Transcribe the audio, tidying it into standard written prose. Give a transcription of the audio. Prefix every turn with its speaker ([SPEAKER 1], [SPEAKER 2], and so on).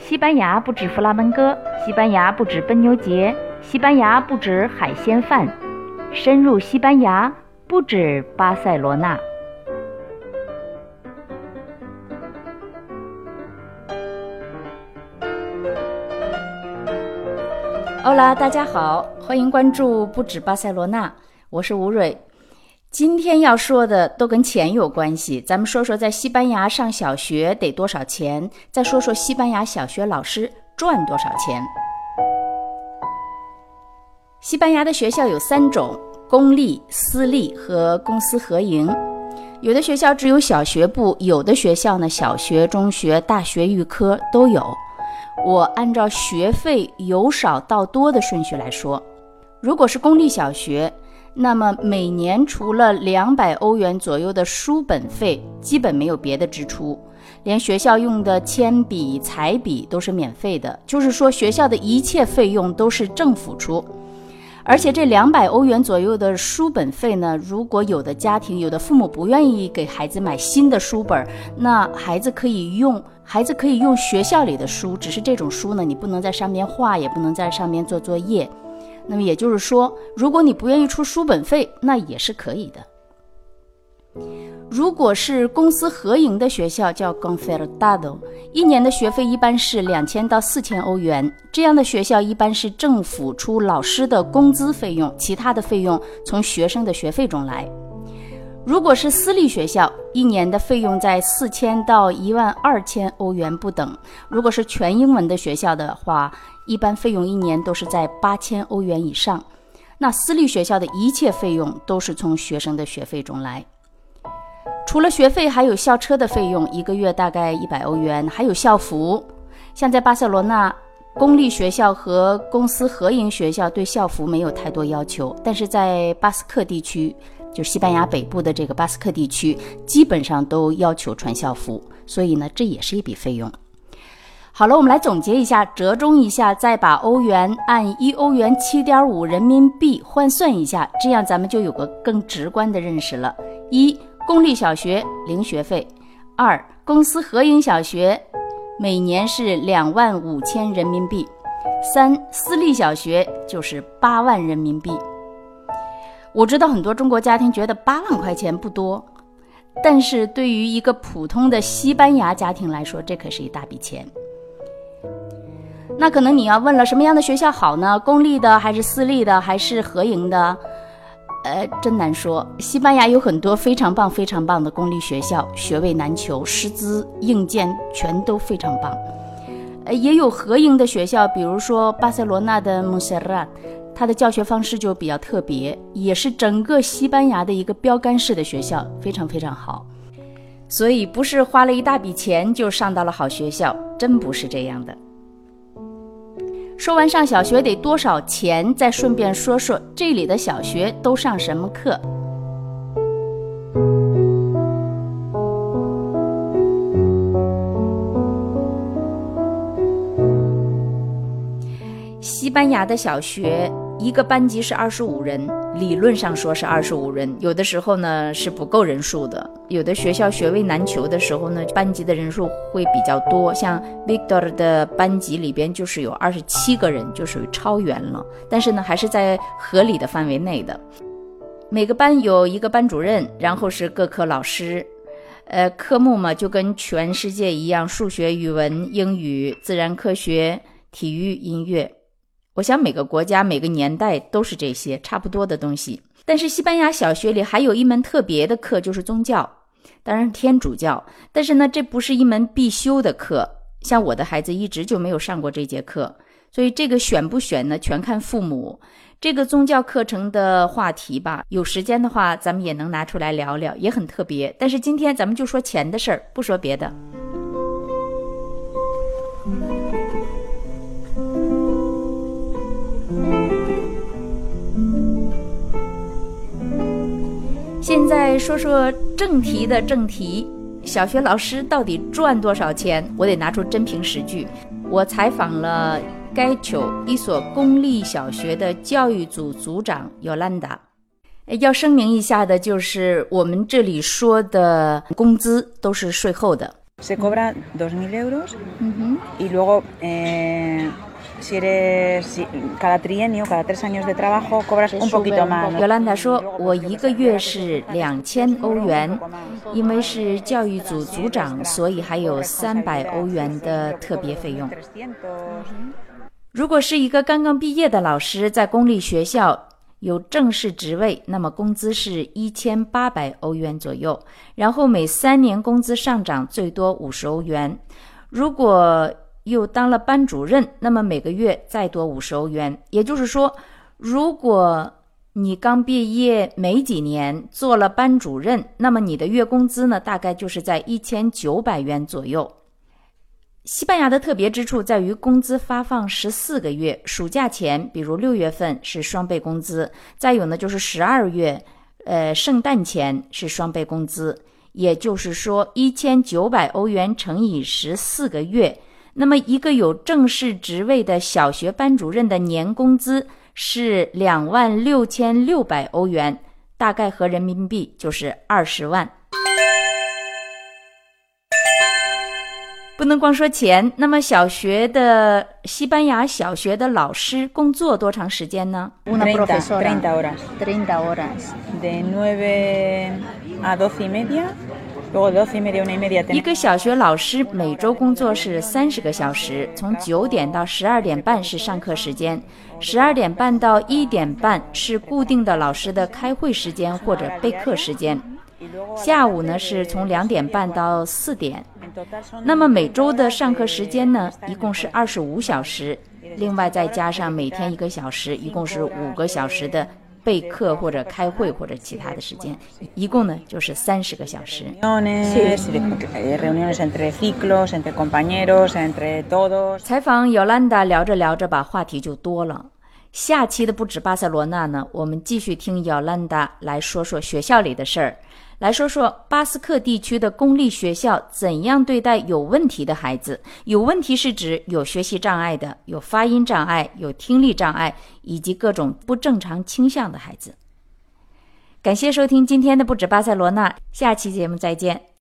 [SPEAKER 1] 西班牙不止弗拉门戈，西班牙不止奔牛节，西班牙不止海鲜饭，深入西班牙不止巴塞罗那。欧啦，大家好，欢迎关注不止巴塞罗那，我是吴蕊。今天要说的都跟钱有关系，咱们说说在西班牙上小学得多少钱，再说说西班牙小学老师赚多少钱。西班牙的学校有3种，公立、私立和公私合营。有的学校只有小学部，有的学校呢，小学、中学、大学预科都有。我按照学费由少到多的顺序来说，如果是公立小学，那么每年除了200欧元左右的书本费，基本没有别的支出，连学校用的铅笔、彩笔都是免费的，就是说学校的一切费用都是政府出。而且这200欧元左右的书本费呢，如果有的家庭有的父母不愿意给孩子买新的书本，那孩子可以用学校里的书，只是这种书呢，你不能在上面画，也不能在上面做作业。那么也就是说，如果你不愿意出书本费，那也是可以的。如果是公私合营的学校叫 concertado， 一年的学费一般是2000到4000欧元，这样的学校一般是政府出老师的工资费用，其他的费用从学生的学费中来。如果是私立学校，一年的费用在4000到12000欧元不等。如果是全英文的学校的话，一般费用一年都是在8000欧元以上。那私立学校的一切费用都是从学生的学费中来。除了学费，还有校车的费用，一个月大概100欧元，还有校服。像在巴塞罗那，公立学校和公私合营学校对校服没有太多要求，但是在巴斯克地区，就是西班牙北部的这个巴斯克地区，基本上都要求穿校服，所以呢，这也是一笔费用。好了，我们来总结一下，折中一下，再把欧元按1欧元7.5人民币换算一下，这样咱们就有个更直观的认识了。1. 公立小学零学费。2. 公私合营小学每年是25000人民币。3. 私立小学就是8万人民币。我知道很多中国家庭觉得8万块钱不多，但是对于一个普通的西班牙家庭来说，这可是一大笔钱。那可能你要问了，什么样的学校好呢？公立的还是私立的还是合营的？真难说。西班牙有很多非常棒的公立学校，学位难求，师资硬件全都非常棒。也有合营的学校，比如说巴塞罗那的 Montserrat， 它的教学方式就比较特别，也是整个西班牙的一个标杆式的学校，非常好。所以不是花了一大笔钱就上到了好学校，真不是这样的。说完上小学得多少钱，再顺便说说这里的小学都上什么课。西班牙的小学一个班级是25人，理论上说是25人，有的时候呢是不够人数的，有的学校学位难求的时候呢，班级的人数会比较多，像 Victor 的班级里边就是有27个人，就属于超员了，但是呢还是在合理的范围内的。每个班有一个班主任，然后是各科老师。科目嘛就跟全世界一样，数学、语文、英语、自然科学、体育、音乐。我想每个国家每个年代都是这些差不多的东西。但是西班牙小学里还有一门特别的课，就是宗教，当然是天主教，但是呢这不是一门必修的课，像我的孩子一直就没有上过这节课，所以这个选不选呢全看父母。这个宗教课程的话题吧，有时间的话咱们也能拿出来聊聊，也很特别。但是今天咱们就说钱的事儿，不说别的。现在说说正题的正题，小学老师到底赚多少钱？我得拿出真凭实据。我采访了该球一所公立小学的教育组组长尤兰达。要声明一下的就是，我们这里说的工资都是税后的，
[SPEAKER 2] Se cobra 2.000 euros y luego si eres cada trienio, cada 3 años de trabajo cobras un poquito más。
[SPEAKER 1] 尤兰达说，我一个月是2000欧元，因为是教育组组长，所以还有300欧元的特别费用。如果是一个刚刚毕业的老师，在公立学校有正式职位，那么工资是1800欧元左右，然后每3年工资上涨最多50欧元。如果又当了班主任，那么每个月再多50欧元。也就是说，如果你刚毕业没几年做了班主任，那么你的月工资呢，大概就是在1900元左右。西班牙的特别之处在于工资发放14个月，暑假前比如6月份是双倍工资，再有呢就是12月圣诞前是双倍工资。也就是说1900欧元乘以14个月，那么一个有正式职位的小学班主任的年工资是26600欧元，大概合人民币就是20万。不能光说钱，那么西班牙小学的老师工作多长时间呢
[SPEAKER 2] ？30 horas. De 9 a 12:30.Luego 12:30, 1:30.
[SPEAKER 1] 一个小学老师每周工作是30个小时，从9点到12点半是上课时间，12点半到1点半是固定的老师的开会时间或者备课时间。下午呢是从2点半到4点。那么每周的上课时间呢，一共是25小时，另外再加上每天1个小时，一共是5个小时的备课或者开会或者其他的时间，一共呢就是30个小时。采访尤兰达聊着聊着把话题就多了。下期的不止巴塞罗那呢，我们继续听尤兰达来说说学校里的事儿，来说说巴斯克地区的公立学校怎样对待有问题的孩子。有问题是指有学习障碍的，有发音障碍，有听力障碍，以及各种不正常倾向的孩子。感谢收听今天的不止巴塞罗那，下期节目再见。